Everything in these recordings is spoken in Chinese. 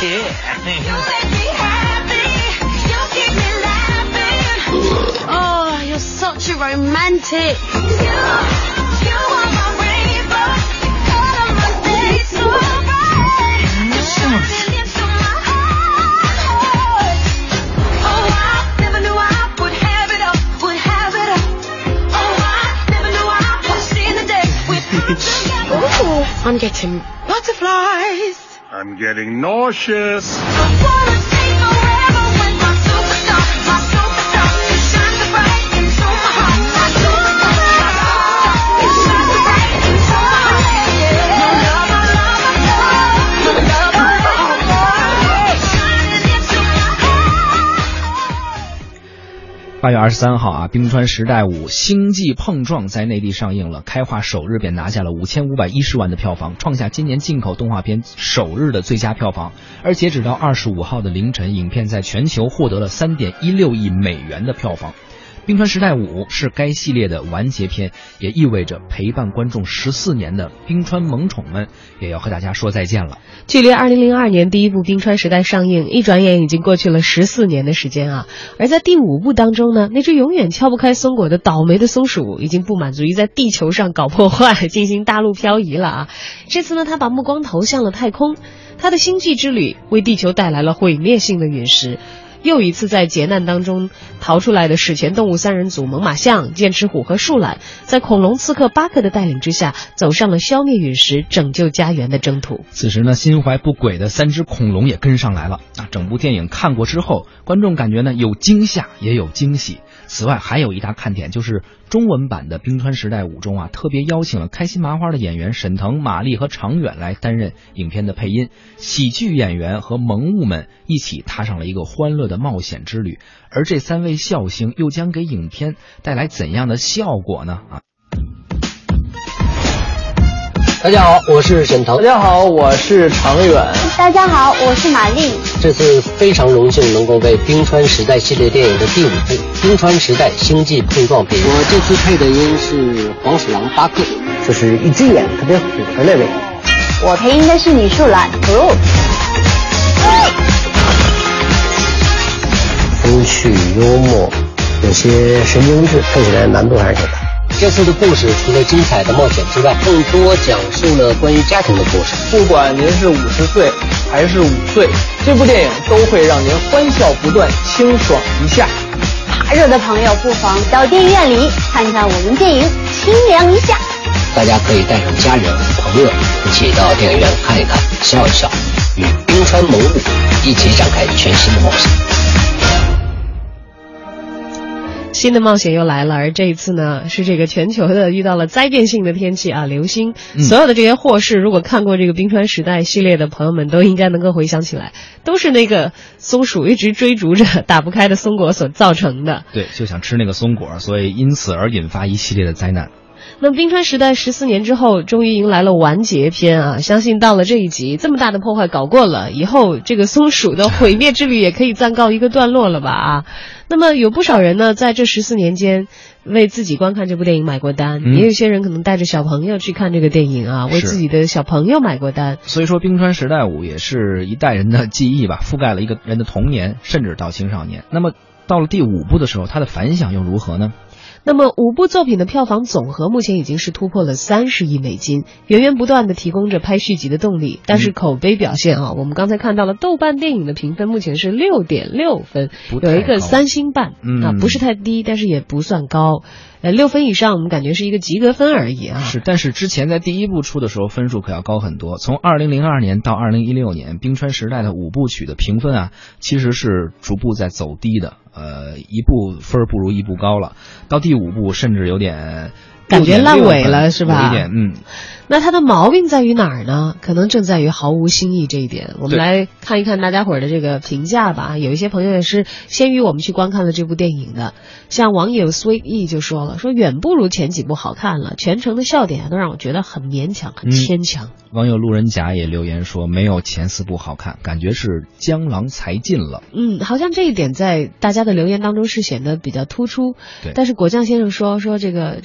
Oh, you're such a romantic. You are my rainbow. All of my days so bright. You're shining into my heart. Oh, I never knew I would have it all, would have it all. Oh, I never knew I would see the day with you together. Oh, I'm getting butterflies. I'm getting nauseous. I wanna take forever with my superstar, my superstar. You shine so bright into my heart, my superstar, you shine so bright into my heart. My love, my love, my love, my love, my love, shining into my heart. 8月23号啊，冰川时代5星际碰撞在内地上映了，开画首日便拿下了5510万的票房，创下今年进口动画片首日的最佳票房。而截止到25号的凌晨，影片在全球获得了3.16亿美元的票房。冰川时代5是该系列的完结篇，也意味着陪伴观众14年的冰川萌宠们也要和大家说再见了。 距离2002年第一部冰川时代上映，一转眼已经过去了14年的时间啊。而在第5部当中呢，那只永远敲不开松果的倒霉的松鼠已经不满足于在地球上搞破坏，进行大陆漂移了啊。这次呢，他把目光投向了太空，他的星际之旅为地球带来了毁灭性的陨石。又一次在劫难当中逃出来的史前动物三人组猛犸象、剑齿虎和树懒，在恐龙刺客巴克的带领之下，走上了消灭陨石、拯救家园的征途。 此时呢，心怀不轨的3只恐龙也跟上来了啊！整部电影看过之后，观众感觉呢有惊吓也有惊喜。此外还有一大看点，就是中文版的《冰川时代5》中啊，特别邀请了开心麻花的演员沈腾、马丽和常远来担任影片的配音，喜剧演员和萌物们一起踏上了一个欢乐的冒险之旅。而这3位笑星又将给影片带来怎样的效果呢？ 大家好，我是沈腾。 大家好，我是常远。 大家好，我是马丽。 这次非常荣幸能够为冰川时代系列电影的第5部《冰川时代星际碰撞》配音。我这次配的音是黄鼠狼巴克，就是一只眼特别虎的那位。 我配音的是女树懒 Groot。 风趣幽默，有些神经质，配起来难度还是挺大。这次的故事除了精彩的冒险之外，更多讲述了关于家庭的故事。 不管您是50岁还是5岁，这部电影都会让您欢笑不断，清爽一下。 怕热的朋友不妨到电影院里看看我们电影，清凉一下。 大家可以带上家人朋友一起到电影院看一看，笑一笑，与冰川萌物一起展开全新的冒险。 新的冒险又来了，而这一次呢，是这个全球的遇到了灾变性的天气啊，流星。所有的这些祸事，如果看过这个冰川时代系列的朋友们都应该能够回想起来，都是那个松鼠一直追逐着打不开的松果所造成的。 对，就想吃那个松果，所以因此而引发一系列的灾难。 那冰川时代14年之后，终于迎来了完结篇啊！相信到了这一集，这么大的破坏搞过了，以后这个松鼠的毁灭之旅也可以暂告一个段落了吧啊！那么有不少人呢，在这14年间为自己观看这部电影买过单，也有些人可能带着小朋友去看这个电影啊，为自己的小朋友买过单。 所以说，冰川时代5也是一代人的记忆吧，覆盖了一个人的童年，甚至到青少年。那么到了第5部的时候，它的反响又如何呢？ 那么5部作品的票房总和目前已经是突破了30亿美金，源源不断的提供着拍续集的动力。但是口碑表现啊，我们刚才看到了豆瓣电影的评分目前是6.6分，有一个3星半啊，不是太低，但是也不算高。6分以上我们感觉是一个及格分而已啊。 是，但是之前在第1部出的时候分数可要高很多。从2002年到2016年，冰川时代的5部曲的评分啊，其实是逐步在走低的。一部分不如一部高了，到第5部甚至有点感觉烂尾了，是吧？ 有一点， 那它的毛病在于哪儿呢？可能正在于毫无新意这一点。我们来看一看大家伙儿的这个评价吧。有一些朋友也是先于我们去观看了这部电影的，像网友 Sweet E 就说了，说远不如前几部好看了，全程的笑点都让我觉得很勉强，很牵强。 网友路人甲也留言说，没有前4部好看，感觉是江郎才尽了。 好像这一点在大家的留言当中是显得比较突出。 对， 但是果酱先生说这个创意比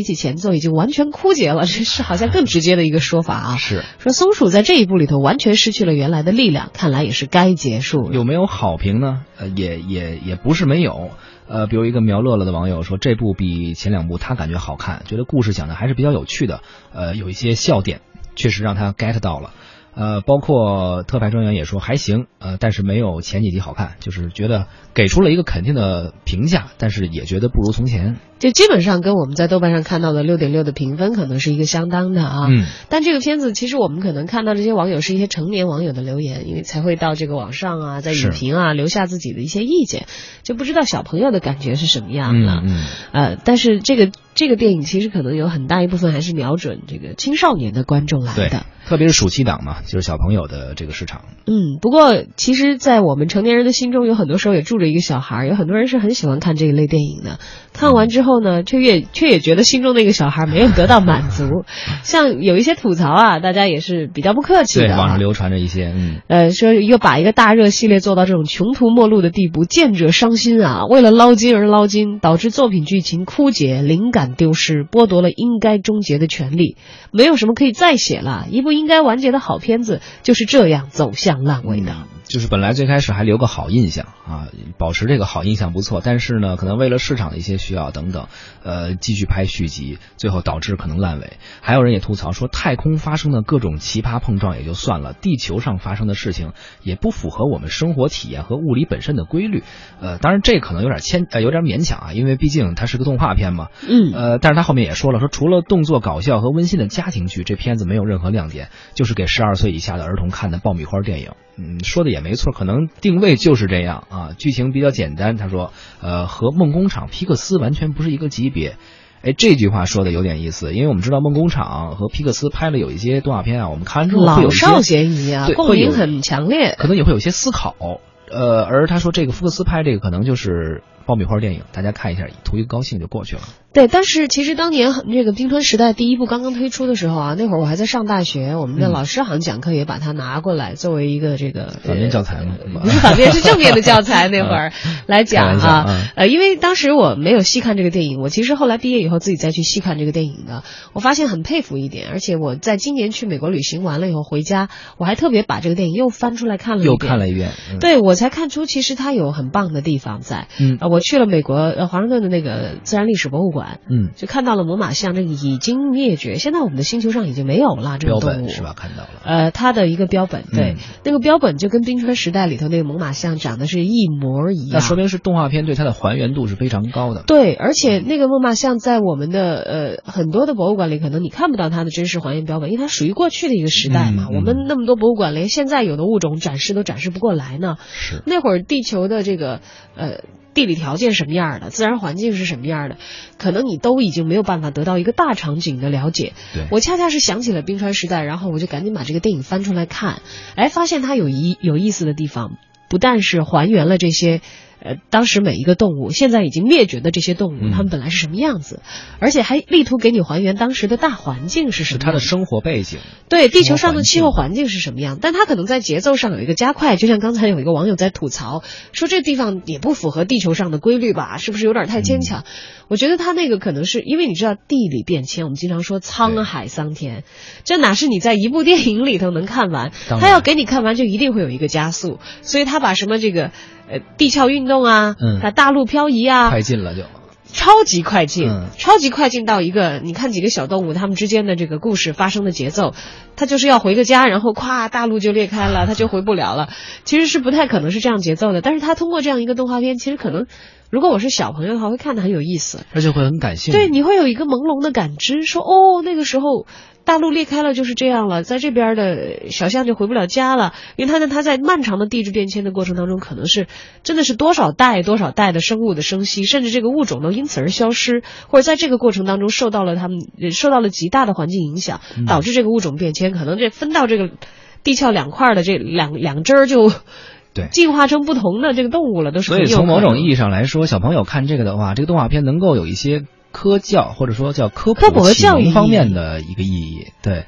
起前奏已经完全枯竭了，这是好像更直接的一个说法啊。 是说松鼠在这一部里头完全失去了原来的力量，看来也是该结束了。 有没有好评呢？也不是没有。比如一个苗乐乐的网友说，这部比前2部他感觉好看，觉得故事讲的还是比较有趣的，有一些笑点确实让他 get 到了。包括特派专员也说还行，但是没有前几集好看，就是觉得给出了一个肯定的评价，但是也觉得不如从前。 就基本上跟我们在豆瓣上看到的6.6的评分可能是一个相当的啊。但这个片子其实我们可能看到这些网友是一些成年网友的留言，因为才会到这个网上啊，在影评啊留下自己的一些意见，就不知道小朋友的感觉是什么样的。但是这个电影其实可能有很大一部分还是瞄准这个青少年的观众来的， 特别是暑期档嘛，就是小朋友的这个市场。 不过其实在我们成年人的心中有很多时候也住着一个小孩，有很多人是很喜欢看这一类电影的，看完之后呢却也觉得心中那个小孩没有得到满足。像有一些吐槽啊，大家也是比较不客气的， 对，网上流传着一些说又把一个大热系列做到这种穷途末路的地步，见者伤心啊，为了捞金而捞金，导致作品剧情枯竭，灵感丢失，剥夺了应该终结的权利，没有什么可以再写了，一部应该完结的好片子就是这样走向烂尾的。 就是本来最开始还留个好印象啊，保持这个好印象不错，但是呢可能为了市场的一些需要等等，继续拍续集，最后导致可能烂尾。还有人也吐槽说，太空发生的各种奇葩碰撞也就算了，地球上发生的事情也不符合我们生活体验和物理本身的规律。当然这可能有点勉强啊，因为毕竟它是个动画片嘛。但是他后面也说了，说除了动作搞笑和温馨的家庭剧，这片子没有任何亮点，就是给12岁以下的儿童看的爆米花电影。说的也没错，可能定位就是这样啊，剧情比较简单。他说和梦工厂、皮克斯完全不是一个级别。这句话说的有点意思，因为我们知道梦工厂和皮克斯拍了有一些动画片啊，我们看完之后会有一些老少咸宜啊，共鸣很强烈， 可能也会有一些思考。而他说这个福克斯拍这个可能就是爆米花电影，大家看一下图一个高兴就过去了。 对，但是其实当年这个冰川时代第一部刚刚推出的时候啊，那会儿我还在上大学，我们的老师好像讲课也把它拿过来作为一个这个反面教材嘛， 不是反面，是正面的教材那会儿来讲啊。因为当时我没有细看这个电影，我其实后来毕业以后自己再去细看这个电影的，我发现很佩服一点，而且我在今年去美国旅行完了以后回家，我还特别把这个电影又翻出来看了一遍。对，我才看出其实它有很棒的地方在。我去了美国华盛顿的那个自然历史博物馆，就看到了猛犸象，这个已经灭绝，现在我们的星球上已经没有了这个动物， 是吧？看到了， 它的一个标本，对，那个标本就跟冰川时代里头那个猛犸象长得是一模一样， 那说明是动画片对它的还原度是非常高的。 对，而且那个猛犸象在我们的很多的博物馆里，可能你看不到它的真实还原标本，因为它属于过去的一个时代嘛。我们那么多博物馆连现在有的物种展示都展示不过来呢。 是那会儿地球的这个地理条件什么样的，自然环境是什么样的，可能你都已经没有办法得到一个大场景的了解。 对， 我恰恰是想起了冰川时代，然后我就赶紧把这个电影翻出来看，发现它有意思的地方，不但是还原了这些当时每一个动物现在已经灭绝的这些动物它们本来是什么样子，而且还力图给你还原当时的大环境是什么样， 是它的生活背景， 对，地球上的气候环境是什么样，但它可能在节奏上有一个加快，就像刚才有一个网友在吐槽说这个地方也不符合地球上的规律吧，是不是有点太牵强。我觉得他那个可能是因为你知道地理变迁，我们经常说沧海桑田，这哪是你在一部电影里头能看完，他要给你看完就一定会有一个加速，所以他把什么这个地壳运动啊，大陆漂移啊， 快进了就超级快进，超级快进到一个你看几个小动物它们之间的这个故事发生的节奏，它就是要回个家，然后咵大陆就裂开了，它就回不了了，其实是不太可能是这样节奏的，但是它通过这样一个动画片，其实可能如果我是小朋友的话会看得很有意思， 而且会很感兴趣。 对，你会有一个朦胧的感知，说那个时候大陆裂开了就是这样了，在这边的小象就回不了家了，因为它在漫长的地质变迁的过程当中，可能是真的是多少代的生物的生息，甚至这个物种都因此而消失，或者在这个过程当中受到了极大的环境影响，导致这个物种变迁，可能这分到这个地壳两块的这两支就对进化成不同的这个动物了，都是很有可能。 所以从某种意义上来说，小朋友看这个的话，这个动画片能够有一些科教或者说叫科普启蒙方面的一个意义。对，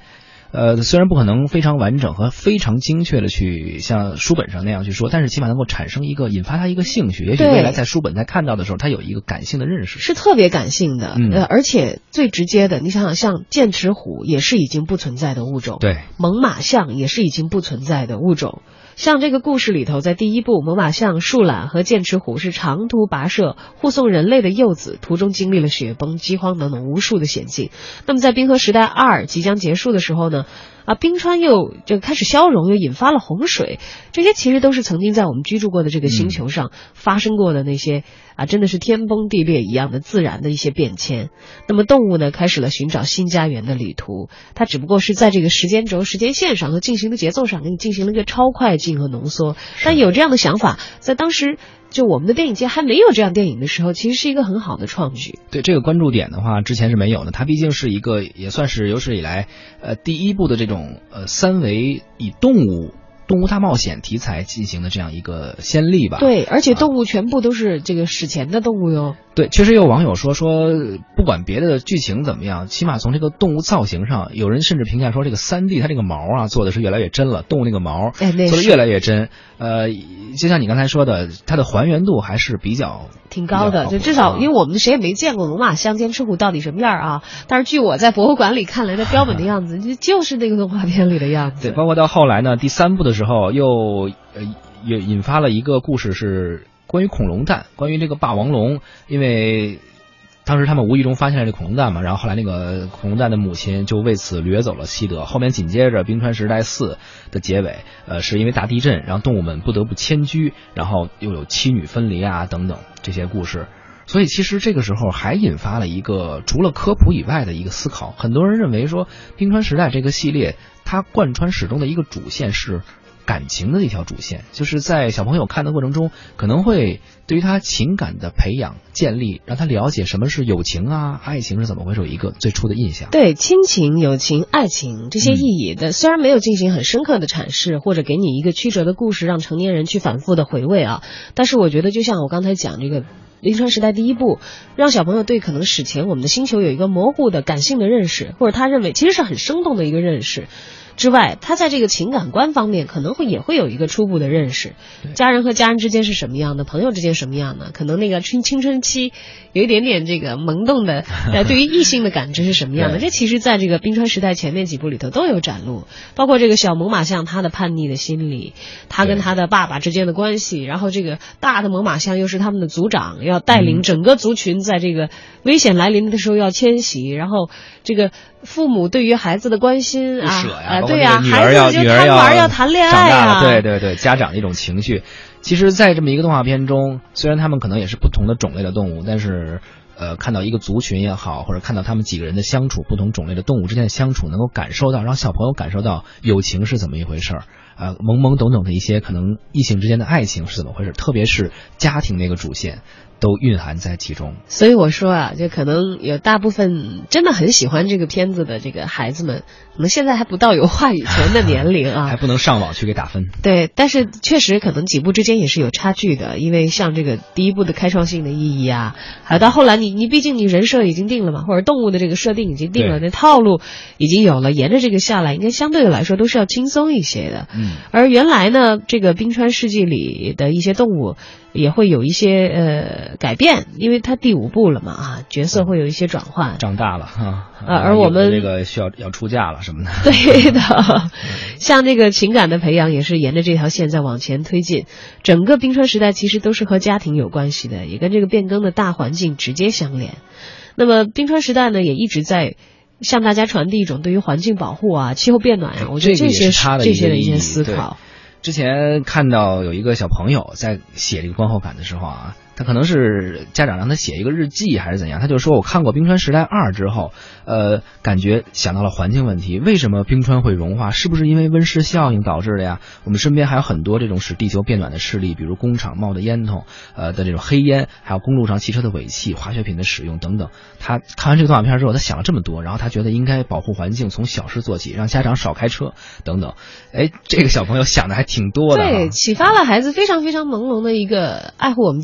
虽然不可能非常完整和非常精确的去像书本上那样去说，但是起码能够产生引发他一个兴趣，也许未来在书本在看到的时候，他有一个感性的认识， 是特别感性的。而且最直接的，你想想，像剑齿虎也是已经不存在的物种， 对， 猛犸象也是已经不存在的物种。像这个故事里头，在第一部，猛犸象、树懒和剑齿虎是长途跋涉护送人类的幼子，途中经历了雪崩、饥荒等等无数的险境。那么在冰河时代2即将结束的时候呢，冰川又就开始消融，又引发了洪水，这些其实都是曾经在我们居住过的这个星球上发生过的那些真的是天崩地裂一样的自然的一些变迁。那么动物呢，开始了寻找新家园的旅途，它只不过是在这个时间轴、时间线上和进行的节奏上给你进行了一个超快进和浓缩。但有这样的想法，在当时就我们的电影界还没有这样电影的时候，其实是一个很好的创举。 对这个关注点的话，之前是没有的。它毕竟是一个也算是有史以来第一部的这种3维以动物大冒险题材进行的这样一个先例吧。 对，而且动物全部都是这个史前的动物哟。 对，确实有网友说不管别的剧情怎么样，起码从这个动物造型上，有人甚至评价说这个3D 它这个毛做的是越来越真了，动物那个毛做的越来越真。就像你刚才说的，它的还原度还是挺高的， 就至少因为我们谁也没见过猛犸象、剑齿虎到底什么样啊，但是据我在博物馆里看来的标本的样子，就是那个动画片里的样子。 对，包括到后来呢，第3部的时候又引发了一个故事，是关于恐龙蛋，关于这个霸王龙，因为当时他们无意中发现了这恐龙蛋嘛，然后后来那个恐龙蛋的母亲就为此掠走了西德。后面紧接着冰川时代4的结尾，是因为大地震让动物们不得不迁居，然后又有妻女分离等等这些故事。所以其实这个时候还引发了一个除了科普以外的一个思考。很多人认为说冰川时代这个系列它贯穿始终的一个主线是感情的一条主线，就是在小朋友看的过程中，可能会对于他情感的培养建立，让他了解什么是友情爱情是怎么回事，有一个最初的印象。 对，亲情、友情、爱情这些意义的，虽然没有进行很深刻的阐释，或者给你一个曲折的故事让成年人去反复的回味但是我觉得就像我刚才讲这个冰川时代第一部，让小朋友对可能史前我们的星球有一个模糊的感性的认识，或者他认为其实是很生动的一个认识之外，他在这个情感观方面可能也会有一个初步的认识，家人和家人之间是什么样的，朋友之间什么样的，可能那个青春期有一点点这个萌动的对于异性的感知是什么样的，这其实在这个冰川时代前面几部里头都有展露，包括这个小猛犸象他的叛逆的心理，他跟他的爸爸之间的关系，然后这个大的猛犸象又是他们的族长，要带领整个族群在这个危险来临的时候要迁徙，然后这个父母对于孩子的关心对孩子就贪玩要谈恋爱对，家长的一种情绪。其实在这么一个动画片中，虽然他们可能也是不同的种类的动物，但是看到一个族群也好，或者看到他们几个人的相处，不同种类的动物之间的相处，能够感受到，让小朋友感受到友情是怎么一回事懵懵懂懂的一些可能异性之间的爱情是怎么回事，特别是家庭那个主线都蕴含在其中。 所以我说就可能有大部分真的很喜欢这个片子的这个孩子们，可能现在还不到有话语权的年龄还不能上网去给打分。 对，但是确实可能几部之间也是有差距的，因为像这个第一部的开创性的意义还有到后来你毕竟你人设已经定了嘛，或者动物的这个设定已经定了，那套路已经有了，沿着这个下来应该相对的来说都是要轻松一些的。而原来呢，这个冰川世纪里的一些动物也会有一些改变，因为它第5部了嘛角色会有一些转换， 长大了而我们这个需要出嫁了什么的。 对的，像这个情感的培养也是沿着这条线在往前推进。整个冰川时代其实都是和家庭有关系的，也跟这个变更的大环境直接相连。那么冰川时代呢，也一直在向大家传递一种对于环境保护气候变暖我觉得这些的一些思考。 之前看到有一个小朋友在写这个观后感的时候他可能是家长让他写一个日记还是怎样，他就说我看过冰川时代2之后感觉想到了环境问题，为什么冰川会融化，是不是因为温室效应导致的呀？我们身边还有很多这种使地球变暖的事例，比如工厂冒的烟囱的这种黑烟，还有公路上汽车的尾气、化学品的使用等等。他看完这个动画片之后，他想了这么多，然后他觉得应该保护环境，从小事做起，让家长少开车等等。这个小朋友想的还挺多的。 对，启发了孩子非常非常朦胧的一个爱护我们地球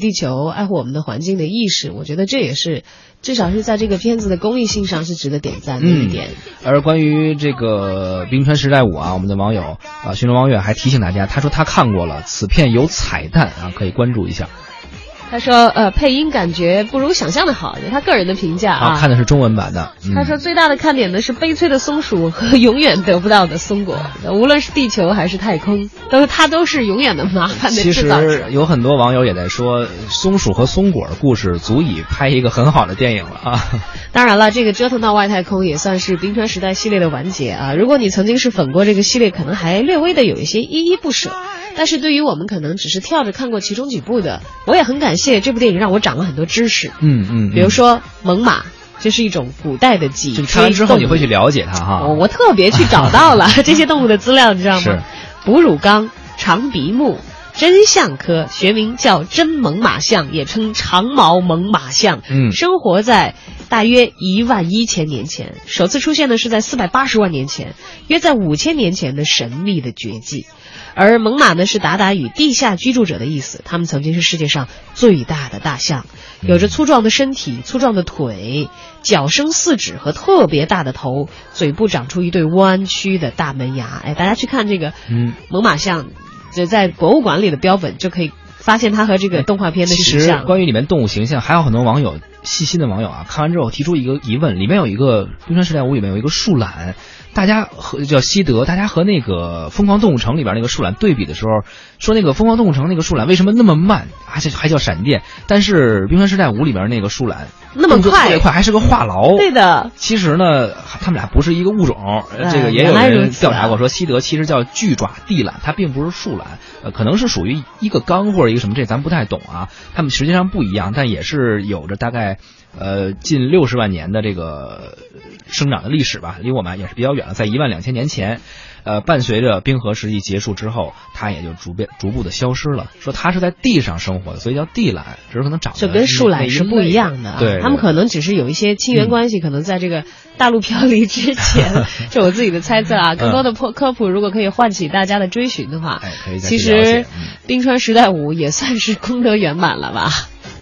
球、爱护我们的环境的意识，我觉得这也是至少是在这个片子的公益性上是值得点赞的一点。 而关于这个冰川时代舞啊，我们的网友寻龙望月还提醒大家，他说他看过了，此片有彩蛋啊，可以关注一下。 他说配音感觉不如想象的好，他个人的评价啊， 看的是中文版的。 他说最大的看点呢是悲催的松鼠和永远得不到的松果，无论是地球还是太空，都是永远的麻烦的制造者。 其实有很多网友也在说，松鼠和松果的故事足以拍一个很好的电影了啊。 当然了，这个折腾到外太空也算是冰川时代系列的完结啊。如果你曾经是粉过这个系列，可能还略微的有一些依依不舍。但是对于我们可能只是跳着看过其中几部的，我也很感谢这部电影让我长了很多知识。比如说猛犸，这是一种古代的脊椎动物。 看完之后你会去了解它哈。 我特别去找到了这些动物的资料，你知道吗？哺乳纲、长鼻目、真象科，学名叫真猛犸象，也称长毛猛犸象。生活在大约11000年前，首次出现的是在480万年前，约在5000年前的神秘的绝迹。而猛犸呢是鞑靼语地下居住者的意思，他们曾经是世界上最大的大象，有着粗壮的身体、粗壮的腿、角生4指和特别大的头，嘴部长出一对弯曲的大门牙。大家去看这个猛犸象，在博物馆里的标本就可以发现它和这个动画片的形象。 其实关于里面动物形象，还有很多网友细心的网友啊，看完之后提出一个疑问，里面有一个冰川时代舞里面有一个树懒，大家叫西德，大家和那个疯狂动物城里边那个树懒对比的时候，说那个疯狂动物城那个树懒为什么那么慢，还叫闪电，但是冰川时代舞里边那个树懒那么快， 特别快，还是个话痨。 对的。 其实呢，他们俩不是一个物种。这个也有人调查过，说西德其实叫巨爪地懒，它并不是树懒，可能是属于一个纲或者一个什么，这咱不太懂啊。它们实际上不一样，但也是有着大概近60万年的这个生长的历史吧，离我们也是比较远了，在12000年前。伴随着冰河时期结束之后，它也就逐步的消失了。说它是在地上生活的，所以叫地懒，只是可能长得就跟树懒是不一样的啊。 对， 他们可能只是有一些亲缘关系，可能在这个大陆飘离之前，这我自己的猜测啊。更多的科普，如果可以唤起大家的追寻的话， 可以再其实冰川时代舞也算是功德圆满了吧。